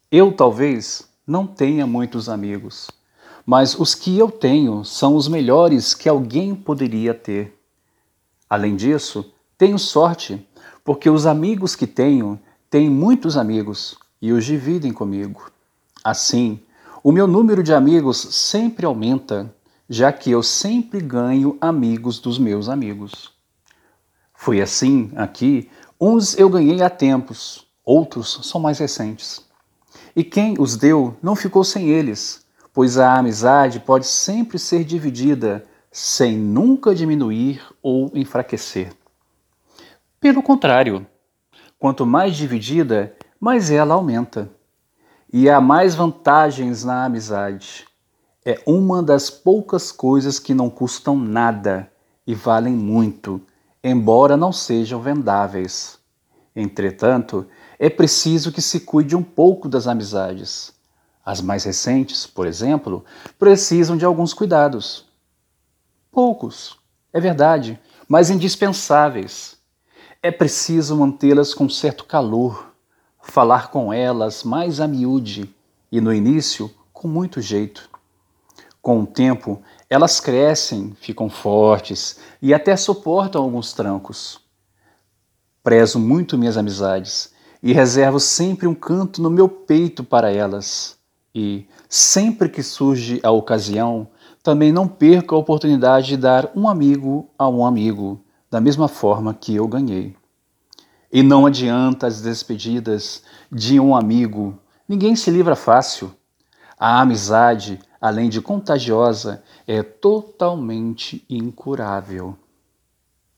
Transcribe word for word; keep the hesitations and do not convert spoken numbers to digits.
Eu talvez não tenha muitos amigos, mas os que eu tenho são os melhores que alguém poderia ter. Além disso, tenho sorte, porque os amigos que tenho têm muitos amigos e os dividem comigo. Assim, o meu número de amigos sempre aumenta, já que eu sempre ganho amigos dos meus amigos. Foi assim aqui, uns eu ganhei há tempos, outros são mais recentes. E quem os deu não ficou sem eles, pois a amizade pode sempre ser dividida, sem nunca diminuir ou enfraquecer. Pelo contrário, quanto mais dividida, mais ela aumenta. E há mais vantagens na amizade. É uma das poucas coisas que não custam nada e valem muito, embora não sejam vendáveis. Entretanto, é preciso que se cuide um pouco das amizades. As mais recentes, por exemplo, precisam de alguns cuidados. Poucos, é verdade, mas indispensáveis. É preciso mantê-las com certo calor, falar com elas mais a miúde e, no início, com muito jeito. Com o tempo, elas crescem, ficam fortes e até suportam alguns trancos. Prezo muito minhas amizades e reservo sempre um canto no meu peito para elas. E, sempre que surge a ocasião, também não perco a oportunidade de dar um amigo a um amigo, da mesma forma que eu ganhei. E não adianta as despedidas de um amigo, ninguém se livra fácil. A amizade, além de contagiosa, é totalmente incurável.